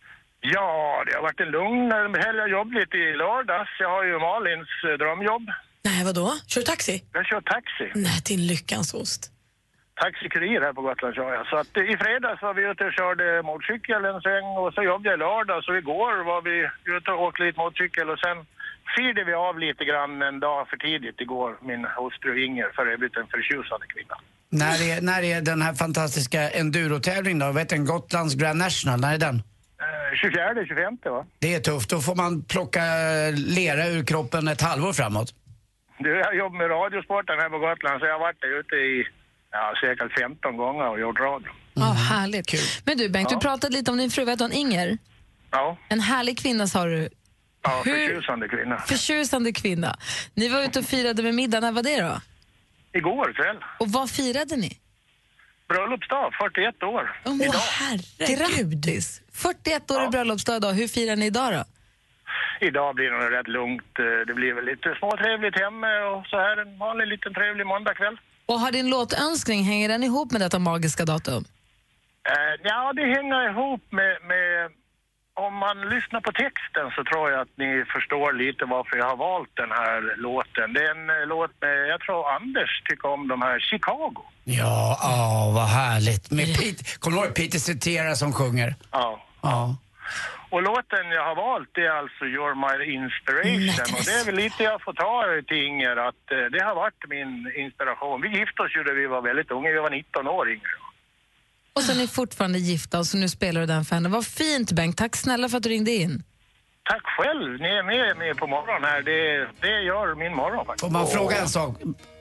Ja, det har varit en lugn helg. Jag jobbade lite i lördags. Jag har ju Malins eh, drömjobb. Nej, vadå? Kör du taxi? Jag kör taxi. Nej, till lyckans ost. Taxikurir här på Gotland kör jag. Så att eh, i fredags var vi ute och körde motorcykel en sväng och så jobbade jag i lördag. Så igår var vi ute och åkte lite motorcykel och sen firade vi av lite grann en dag för tidigt igår. Min hustru Inger, för övrigt en förtjusande kvinna. När är, när är den här fantastiska enduro-tävlingen då? Vet du, Gotlands Grand National, när är den? tjugofjärde tjugofemte va? Det är tufft, då får man plocka lera ur kroppen ett halvår framåt. Du, jag jobbar med radiosporten här på Gotland så jag har varit där ute i ja, säkert femton gånger och gjort radio. Ja, oh, härligt. Kul. Men du, Bengt, Ja. du pratade lite om din fru, vet hon, Inger? Ja. En härlig kvinna, sa du. Ja, Hur- förtjusande kvinna. Förtjusande kvinna. Ni var ute och firade med middag. När var det då? Igår kväll. Och vad firade ni? Bröllopsdag, fyrtioett år. Åh, idag. herregud. Grattis! fyrtioett år i bröllopsdag idag. Hur firar ni idag då? Idag blir det nog rätt lugnt. Det blir väl lite småtrevligt hemma och så här en vanlig liten trevlig måndagkväll. Och har din låtönskning, hänger den ihop med detta magiska datum? Uh, ja, det hänger ihop med, med... Om man lyssnar på texten så tror jag att ni förstår lite varför jag har valt den här låten. Det är en eh, låt med, jag tror Anders tycker om de här Chicago. Ja, åh, vad härligt. Med Pete, kommer du ihåg Peter Cetera som sjunger? Ja. Ja. Och låten jag har valt det är alltså You're My Inspiration. Och det är väl lite jag får ta till Inger att eh, det har varit min inspiration. Vi gifte oss ju när vi var väldigt unga, vi var nitton år yngre. Och så är ni fortfarande gifta och så nu spelar du den för henne. Vad fint, Bengt. Tack snälla för att du ringde in. Tack själv, ni är med, med på morgonen här. Det, det gör min morgon faktiskt. Får man fråga en sak?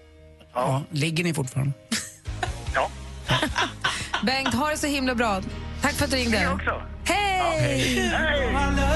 Ja. Ligger ni fortfarande? Ja. Bengt, ha det så himla bra. Tack för att du ringde. Ni också. Hej! Ja, hej! Hej!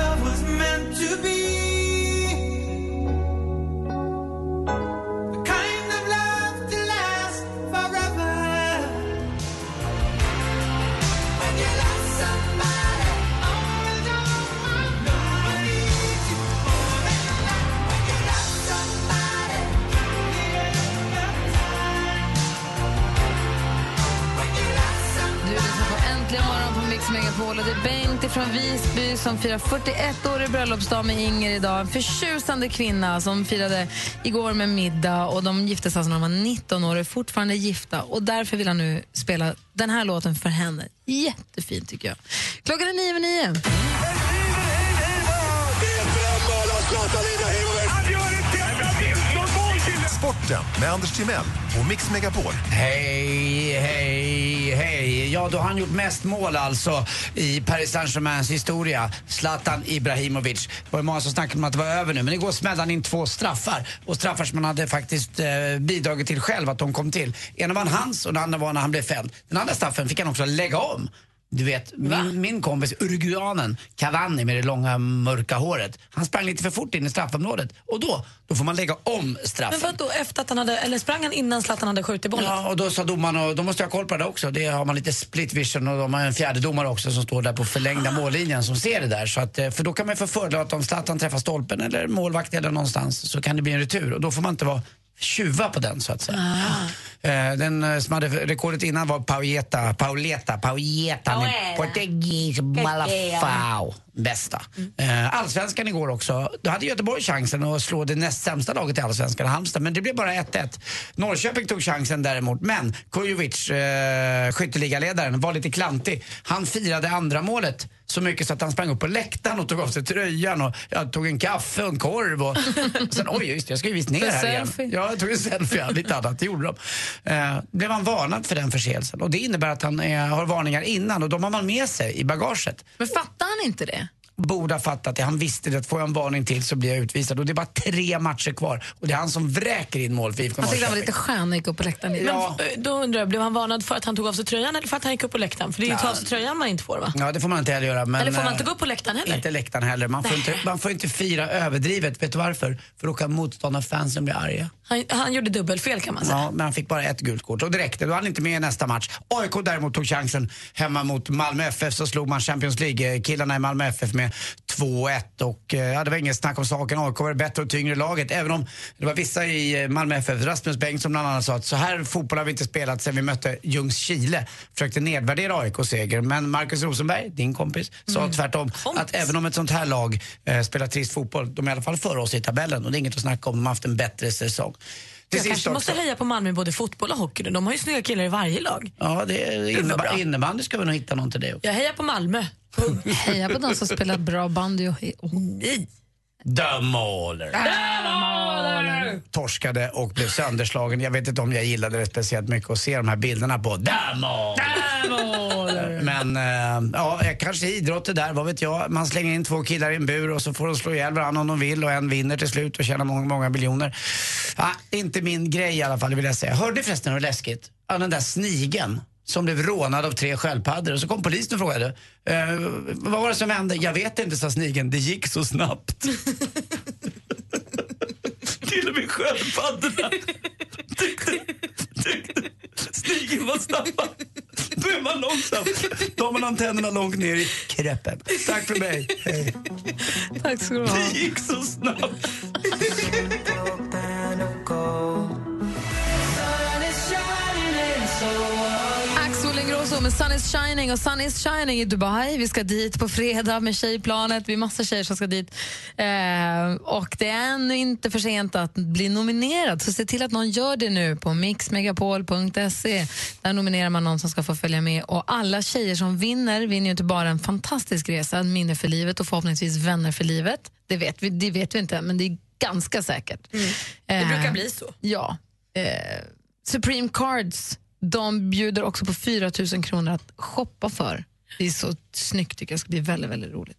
Du lyssnar på Äntligen morgon på Mix Megapol och det är Bengt från Visby som firar fyrtioett år i bröllopsdag med Inger idag. En förtjusande kvinna som firade igår med middag och de gifte sig alltså när de var nitton år och är fortfarande gifta och därför vill han nu spela den här låten för henne. Jättefint tycker jag. Klockan är nio över nio. Sporten med Anders Timell och Mix Megapol. Hej, hej, hej. Ja, då har han gjort mest mål alltså i Paris Saint-Germains historia. Zlatan Ibrahimovic. Det var många som snackade om att det var över nu, men igår smällde han in två straffar. Och straffar som han hade faktiskt eh, bidragit till själv att de kom till. Ena var hans och den andra var när han blev fälld. Den andra straffen fick han också lägga om. Du vet, min, min kompis uruguanen Cavani med det långa mörka håret, han sprang lite för fort in i straffområdet och då, då får man lägga om straffen. Men vad då efter att han hade, eller sprang han innan Zlatan hade skjutit bollen? Ja, och då sa domaren, och då måste jag ha koll på det också. Det har man lite split vision och de har en fjärde domare också som står där på förlängda mållinjen som ser det där. Så att, för då kan man få fördel att om Zlatan träffar stolpen eller målvakt eller någonstans så kan det bli en retur och då får man inte vara tjuva på den så att säga. Ah. Den som hade rekordet innan var Pauleta, Pauleta, Pauleta med portugis, Malafao, bästa. Mm. Allsvenskan igår också. Då hade Göteborg chansen att slå det näst sämsta laget i Allsvenskan, Halmstad, men det blev bara ett ett. Norrköping tog chansen däremot, men Kujovic, eh, skytteligaledaren, var lite klantig. Han firade andra målet så mycket så att han sprang upp på läktaren och tog av sig tröjan och jag tog en kaffe och en korv och sen, oj just jag ska ju visst ner här igen. Ja, jag tog en selfie, ja, lite annat, det gjorde de. Eh, blev han varnad för den förseelsen och det innebär att han eh, har varningar innan och de har man med sig i bagaget. Men fattar han inte det? Borde ha fattat det. Han visste det, att får jag en varning till så blir jag utvisad. Och det är bara tre matcher kvar. Och det är han som vräker in mål för I F K Han Norrköping. tyckte han var lite skön och gick upp på läktaren. Ja. Men då undrar jag, blev han varnad för att han tog av sig tröjan eller för att han gick upp på läktaren? För det är ju ta av sig tröjan man inte får, va? Ja, det får man inte heller göra. Men, eller får man inte gå upp på läktaren heller? Inte läktaren heller. Man får inte, man får inte fira överdrivet. Vet du varför? För då kan motståndarfansen bli arga. Han, han gjorde dubbelfel kan man säga. Ja, men han fick bara ett gult kort. Och det räckte. Då var han inte med i nästa match. A I K däremot tog chansen hemma mot Malmö F F. Så slog man Champions League-killarna i Malmö F F med två ett. Och ja, det var inget snack om saken. A I K var det bättre och tyngre laget. Även om det var vissa i Malmö F F, Rasmus Beng som bland annat sa att så här fotboll har vi inte spelat sen vi mötte Ljungskile. Försökte nedvärdera A I K-seger. Men Marcus Rosenberg, din kompis, sa mm. tvärtom kompis. Att även om ett sånt här lag eh, spelar trist fotboll, de är i alla fall före oss i tabellen. Och det är inget att snacka om, de har haft en bättre säsong. Jag kanske måste heja på Malmö både fotboll och hockey. De har ju snygga killar i varje lag. Ja, det är innebandy, innebandy ska vi nog hitta någon till det också. Jag hejar på Malmö. Heja på de som spelar bra bandy och... Oh, nej! Dömåler! Dömåler! Torskade och blev sönderslagen. Jag vet inte om jag gillade det speciellt mycket att se de här bilderna på Dömåler! Men äh, ja, kanske idrott det där, vad vet jag. Man slänger in två killar i en bur och så får de slå ihjäl varandra om de vill och en vinner till slut och tjänar många, många miljoner. Ja, inte min grej i alla fall, vill jag säga. Hörde förresten hur läskigt? Ja, den där snigen som blev rånad av tre sköldpaddor. Och så kom polisen och frågade, eh, vad var det som hände? Jag vet inte, sa snigen. Det gick så snabbt. Till och med sköldpaddorna tyckte, tyckte snigen var snabbare. Då är man långsam. Då har man antennerna långt ner i kreppen. Tack för mig. Hej. Tack ska du ha. Det gick så snabbt. Axel Ingrosso med Sun is shining och Sun is shining i Dubai. Vi ska dit på fredag med tjejplanet. Vi är massa tjejer som ska dit. Eh, och det är ännu inte för sent att bli nominerad. Så se till att någon gör det nu på mix megapol punkt se. Där nominerar man någon som ska få följa med. Och alla tjejer som vinner vinner ju inte bara en fantastisk resa, en minne för livet och förhoppningsvis vänner för livet. Det vet vi, det vet vi inte, men det är ganska säkert. Mm. Det eh, brukar bli så. Ja. Eh, Supreme Cards, de bjuder också på fyra tusen kronor att shoppa för. Det är så snyggt, tycker jag. Det ska bli väldigt, väldigt roligt.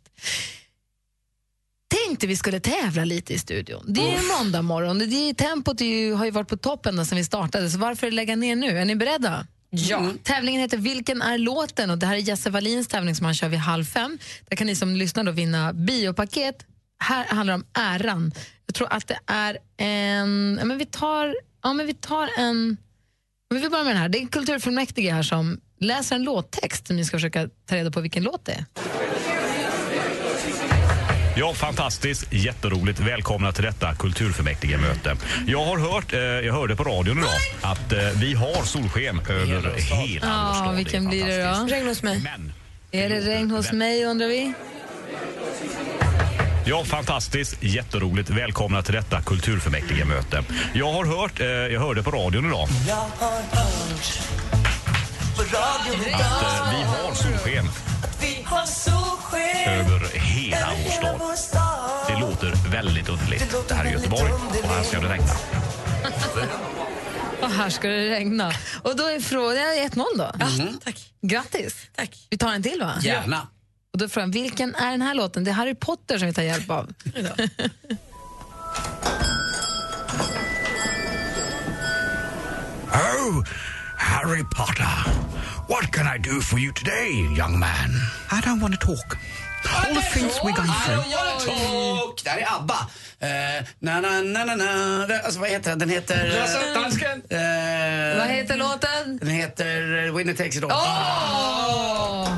Tänkte vi skulle tävla lite i studion. Det är ju måndag morgon. Det är, tempot är ju, har ju varit på toppen sedan vi startade. Så varför lägga ner nu? Är ni beredda? Ja. Mm. Tävlingen heter Vilken är låten? Och det här är Jesse Wallins tävling som han kör vid halv fem. Där kan ni som lyssnar då vinna biopaket. Här handlar det om äran. Jag tror att det är en... Ja, men vi tar, ja, men vi tar en... Men vi börjar med den här. Det är kulturfullmäktige här som läser en låttext som ni ska försöka ta reda på vilken låt det är. Ja, fantastiskt, jätteroligt. Välkomna till detta kulturfullmäktige-möte. Jag har hört, eh, jag hörde på radion idag att eh, vi har solsken över hela Ja, vår stad. vilken blir det då? Regn hos mig. Men, är det regn hos mig, undrar vi? ja, fantastiskt, jätteroligt. Välkomna till detta kulturfullmäktige-möte. Jag har hört, eh, jag hörde på radion idag Jag har hört på radion idag att eh, vi har solsken att vi har solsken över hela vår stad. Det låter väldigt underligt. Det här är Göteborg och här ska det regna. Och här ska det regna. Och då är frågan ett noll då. Ja, tack. Grattis. Tack. Vi tar en till, va? Gärna. Och då är frågan, vilken är den här låten? Det är Harry Potter som vi tar hjälp av. Oh, Harry Potter. What can I do for you today, young man? I don't want to talk. All the things we're going through. Talk. Där är ABBA. Uh, na, na, na, na, na. Alltså, vad heter den? Den heter... Uh, uh, vad heter låten? Den heter Winner Takes It All. Oh!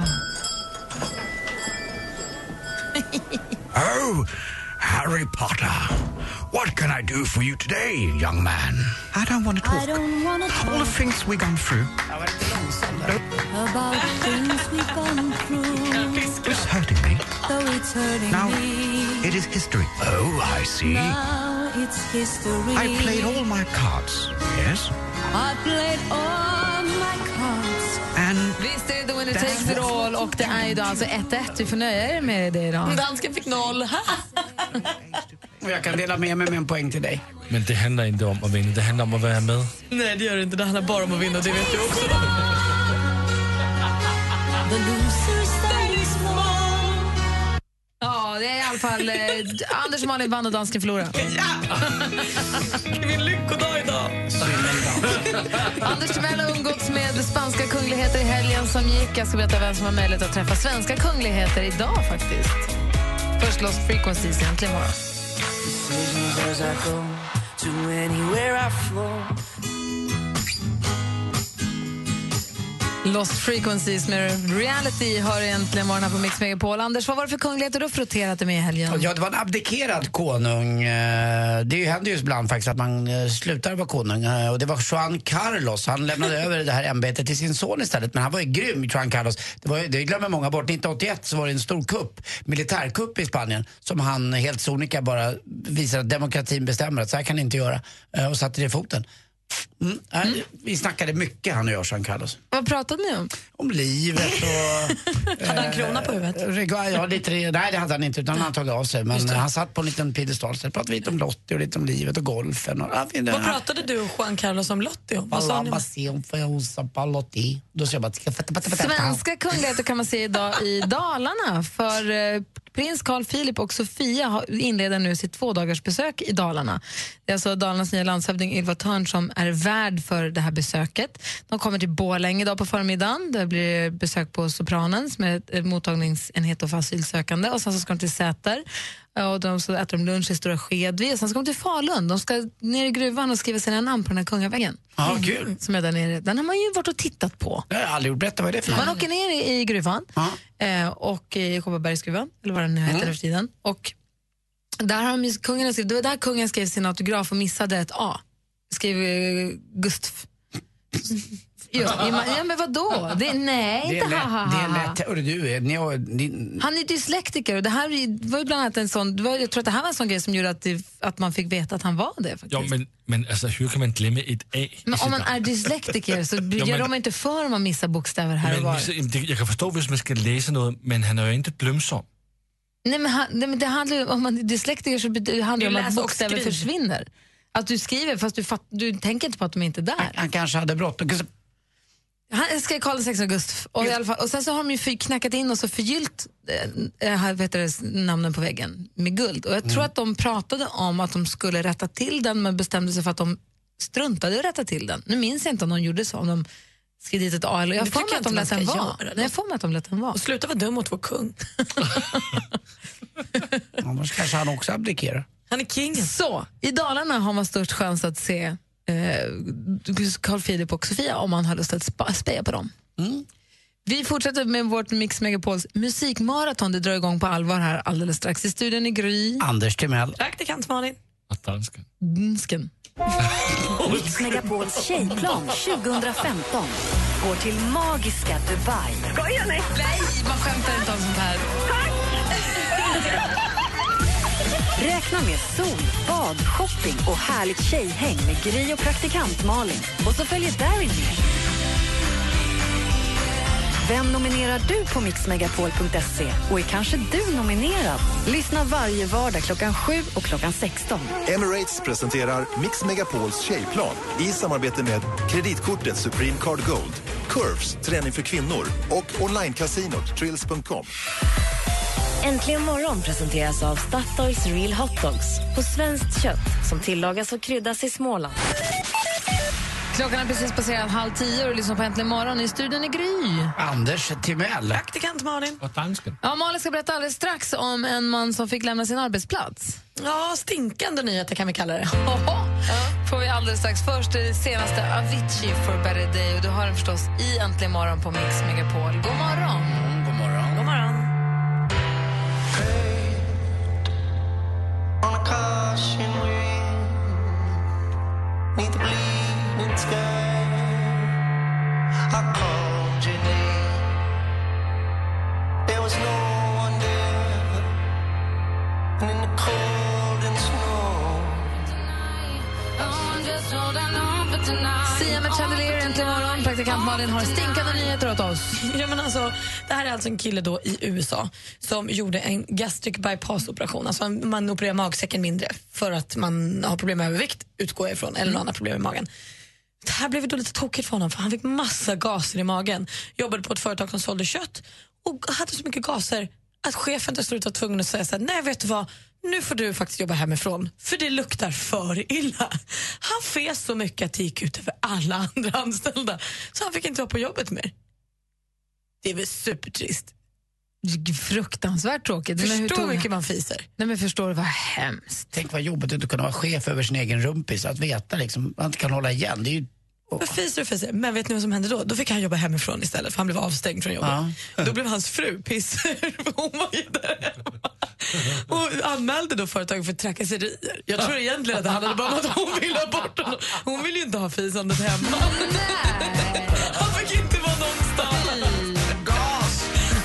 Oh, Harry Potter. What can I do for you today, young man? I don't want to talk. I don't wanna talk. All the things we're going through. About things we've gone through. It's hurting me. Though it's hurting Now, me. it is history. Oh, I see. Now it's history. I played all my cards. Yes. I played all my cards. And Visst är det It Takes It All, och det är ju då alltså ett ett. Du får nöja er med det idag. Dansken fick noll. Och jag kan dela med mig med en poäng till dig. Men det handlar inte om att vinna, det handlar om att vara med. Nej, det gör det inte. Det handlar bara om att vinna, det vet du också. Ja, det är i alla fall eh, Anders och Malin vann och dansken förlorade. Ja! Min lyckodag idag. Anders Timell har umgåtts med spanska kungligheter i helgen som gick. Jag ska berätta vem som har möjlighet att träffa svenska kungligheter idag faktiskt. Först Lost Frequencies egentligen bara. Lost Frequencies med Reality har egentligen morgon här på Mix Megapol. Anders, vad var det för kungligheter du frotterade med i helgen? Ja, det var en abdikerad konung. Det händer ju ibland faktiskt att man slutar vara konung. Och det var Juan Carlos. Han lämnade över det här ämbetet till sin son istället. Men han var ju grym, Juan Carlos. Det, var, det glömmer många bort. nittonhundraåttioett så var det en stor kupp, militärkupp i Spanien, som han helt sonika bara visade att demokratin bestämmer att så här kan ni inte göra. Och satte det i foten. Mm. Mm. Vi snackade mycket, han och jag, Jean Carlos. Vad pratade ni om? Om livet och... hade han krona på huvudet? Ja, lite, nej, det hade han inte, utan han tagit av sig. Men han satt på en liten piedestal. Så pratade vi lite om Lottie och lite om livet och golfen. Och, ja, vad pratade du och Juan Carlos om Lottie? Vad sa ni? Svenska kungligheter kan man se idag i Dalarna. För eh, prins Carl Philip och Sofia inleder nu sitt tvådagars besök i Dalarna. Det är alltså Dalarnas nya landshövding Ylva Thörn som är värd för det här besöket. De kommer till Borlänge idag på förmiddagen. Det blir besök på Sopranens med mottagningsenhet och asylsökande. Och sen så ska de till Säter. Och de så äter de lunch i Stora Skedvi. Och sen ska de till Falun. De ska ner i gruvan och skriva sina namn på den här kungaväggen. Ja, mm. Kul. Som är där nere. Den har man ju varit och tittat på. Jag har aldrig gjort. Berätta vad är det för Man åker ner i, i gruvan. Eh, och i Kopparbergsgruvan. Eller vad den nu heter mm. för tiden. Och där har de, kungen skrivit, det var där kungen skrev sin autograf och missade ett A. Skrev eh, Gustaf. Ja, ja, men vadå? Det, nej, det är inte lätt, haha. det är lätt. Hörru, du är, ni har, ni... Han är dyslektiker och det här var ju bland annat en sån, det var, jag tror att det här var en sån grej som gjorde att, det, att man fick veta att han var det faktiskt. Ja, men, men alltså, hur kan man glömma ett A? Men om man är dyslektiker så ja, gör de inte för om man missar bokstäver här men, och var. Jag kan förstå om man ska läsa något, men han är ju inte glömsam. Nej, men, han, nej, men det handlar ju om man är dyslektiker så det handlar det om att bokstäver försvinner. Att du skriver fast du, fatt, du tänker inte på att de inte är där. Han, han kanske hade bråttom. Han skrev Karl den sextonde augusti och, i alla fall, och sen så har de ju för, knackat in och så förgyllt äh, vet du, namnen på väggen med guld. Och jag tror mm. att de pratade om att de skulle rätta till den men bestämde sig för att de struntade att rätta till den. Nu minns jag inte om de gjorde så, om de skrev dit ett A eller jag får mig att de lät den vara. Nej, jag får mig att de lät den vara. Och sluta vara dum mot vår kung. Annars kanske han också abdikerar. Han är king. Så, i Dalarna har man störst chans att se Carl Philip och Sofia om man har lust att spa, speja på dem. Mm. Vi fortsätter med vårt Mix Megapols musikmaraton. Det drar igång på allvar här alldeles strax. I studion i Gry. Anders Timell. Praktikant Malin. Dansken. Dansken. Mix Megapols tjejplan tjugohundrafemton går till magiska Dubai. Skojar ni? Nej, man skämtar inte om sånt här. Räkna med sol, bad, shopping och härligt tjejhäng med Gry och praktikant Malin. Och så följer Darin med. Vem nominerar du på mix megapol punkt se? Och är kanske du nominerad? Lyssna varje vardag klockan sju och klockan sexton. Emirates presenterar Mix Megapols tjejplan i samarbete med kreditkortet Supreme Card Gold, Curves, träning för kvinnor och online-casinot trills punkt com. Äntligen morgon presenteras av Statoils Real Hot Dogs på svenskt kött som tillagas och kryddas i Småland. Klockan är precis passerat halv tio och lyssnar på Äntligen morgon i studion i Gry. Anders Timell. Praktikant Malin. Och dansken. Ja, Malin ska berätta alldeles strax om en man som fick lämna sin arbetsplats. Ja, stinkande nyheter kan vi kalla det. Ja. Får vi alldeles strax. Först det senaste Avicii for Better Day och du har den förstås i Äntligen morgon på Mix Megapol. God morgon. Mm, god morgon. God morgon. On a caution ring, neath the bleeding sky, I called your name. There was no one there, and in the cold and snow, tonight, I'm just holding on for Sia med Chandelier äntligen morgon. Praktikant Malin har stinkande nyheter åt oss. Ja, men alltså, det här är alltså en kille då i U S A som gjorde en gastric bypass-operation. Alltså man opererar magsäcken mindre för att man har problem med övervikt, utgår jag ifrån, eller något annat problem med magen. Det här blev då lite tokigt för honom, för han fick massa gaser i magen. Jobbade på ett företag som sålde kött och hade så mycket gaser att chefen till slut var tvungen att säga så här: nej, vet du vad, nu får du faktiskt jobba hemifrån, för det luktar för illa. Han fes så mycket att det gick ut över alla andra anställda, så han fick inte vara på jobbet mer. Det är väl supertrist. Fruktansvärt tråkigt. Förstår hur tog... mycket man fiser. Nej, men förstår du vad hemskt. Tänk vad jobbigt att inte kunna vara chef över sin egen rumpis. Att veta liksom, man inte kan hålla igen. Det är ju... oh. Fiser och fiser. Men vet ni vad som hände då? Då fick han jobba hemifrån istället, för han blev avstängd från jobbet. Ja. Då blev hans fru pissur. Hon var ju där hemma. Och anmälde då företaget för trakasserier. Jag tror egentligen att det handlade bara om att hon ville ha bort honom. Hon vill ju inte ha fisandet hemma. Nej. Han fick inte vara någonstans. Gas!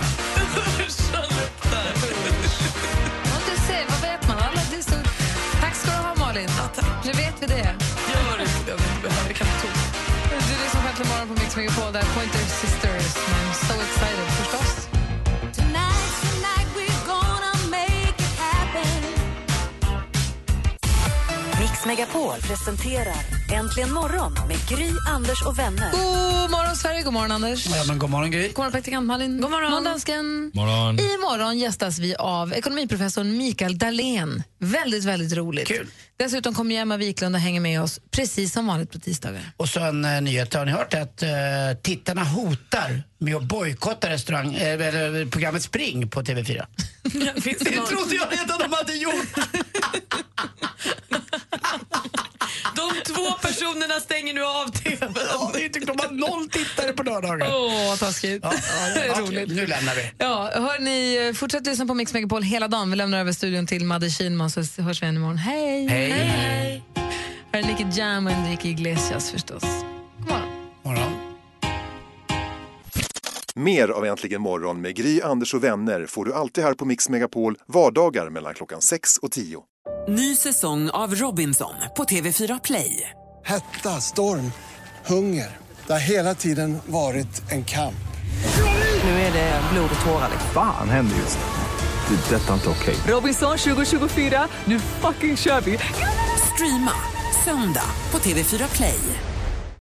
Tack ska du ha, Malin. Ja, tack. Nu vet vi det. Gör det inte, vi behöver det, kan vi tro. Du är som Äntligen morgon på Mix Megapol, där Pointer Sisters med So Excited, förstås. Tonight, tonight we're gonna make it happen. Mix Megapol presenterar Äntligen morgon med Gry, Anders och vänner. God morgon Sverige, god morgon Anders. Ja, men god morgon Gry. God morgon praktikant Malin. God morgon. God dansken. Morgon. I morgon gästas vi av ekonomiprofessorn Mikael Dahlén. Väldigt, väldigt roligt. Kul. Dessutom kommer Emma Wiklund och hänger med oss precis som vanligt på tisdagar. Och så en uh, nyhet. Har ni hört att uh, tittarna hotar med att bojkotta restaurang, äh, eller programmet Spring på T V fyra? Finns det, det trodde jag redan de hade gjort. De två personerna stänger nu av T V. Ja, det är inte, de har noll tittare på lördagar. Åh, vad taskigt. Ja, ja, det är ja, roligt. Nu lämnar vi. Ja, hörni, fortsätt lyssna på Mix Megapol hela dagen. Vi lämnar över studion till Madde Kihlman, så hörs vi igen imorgon. Hej! Hej! Hej. Här är Nicky Jam och Enrique Iglesias förstås. God morgon. Morgon. Mer av Äntligen morgon med Gry, Anders och vänner får du alltid här på Mix Megapol vardagar mellan klockan sex och tio. Ny säsong av Robinson på T V fyra Play. Hetta, storm, hunger. Det har hela tiden varit en kamp. Nu är det blod och tårar. Fan händer just det. Det är detta inte okej. Robinson tjugo tjugofyra, nu fucking kör vi. Streama söndag på T V fyra Play.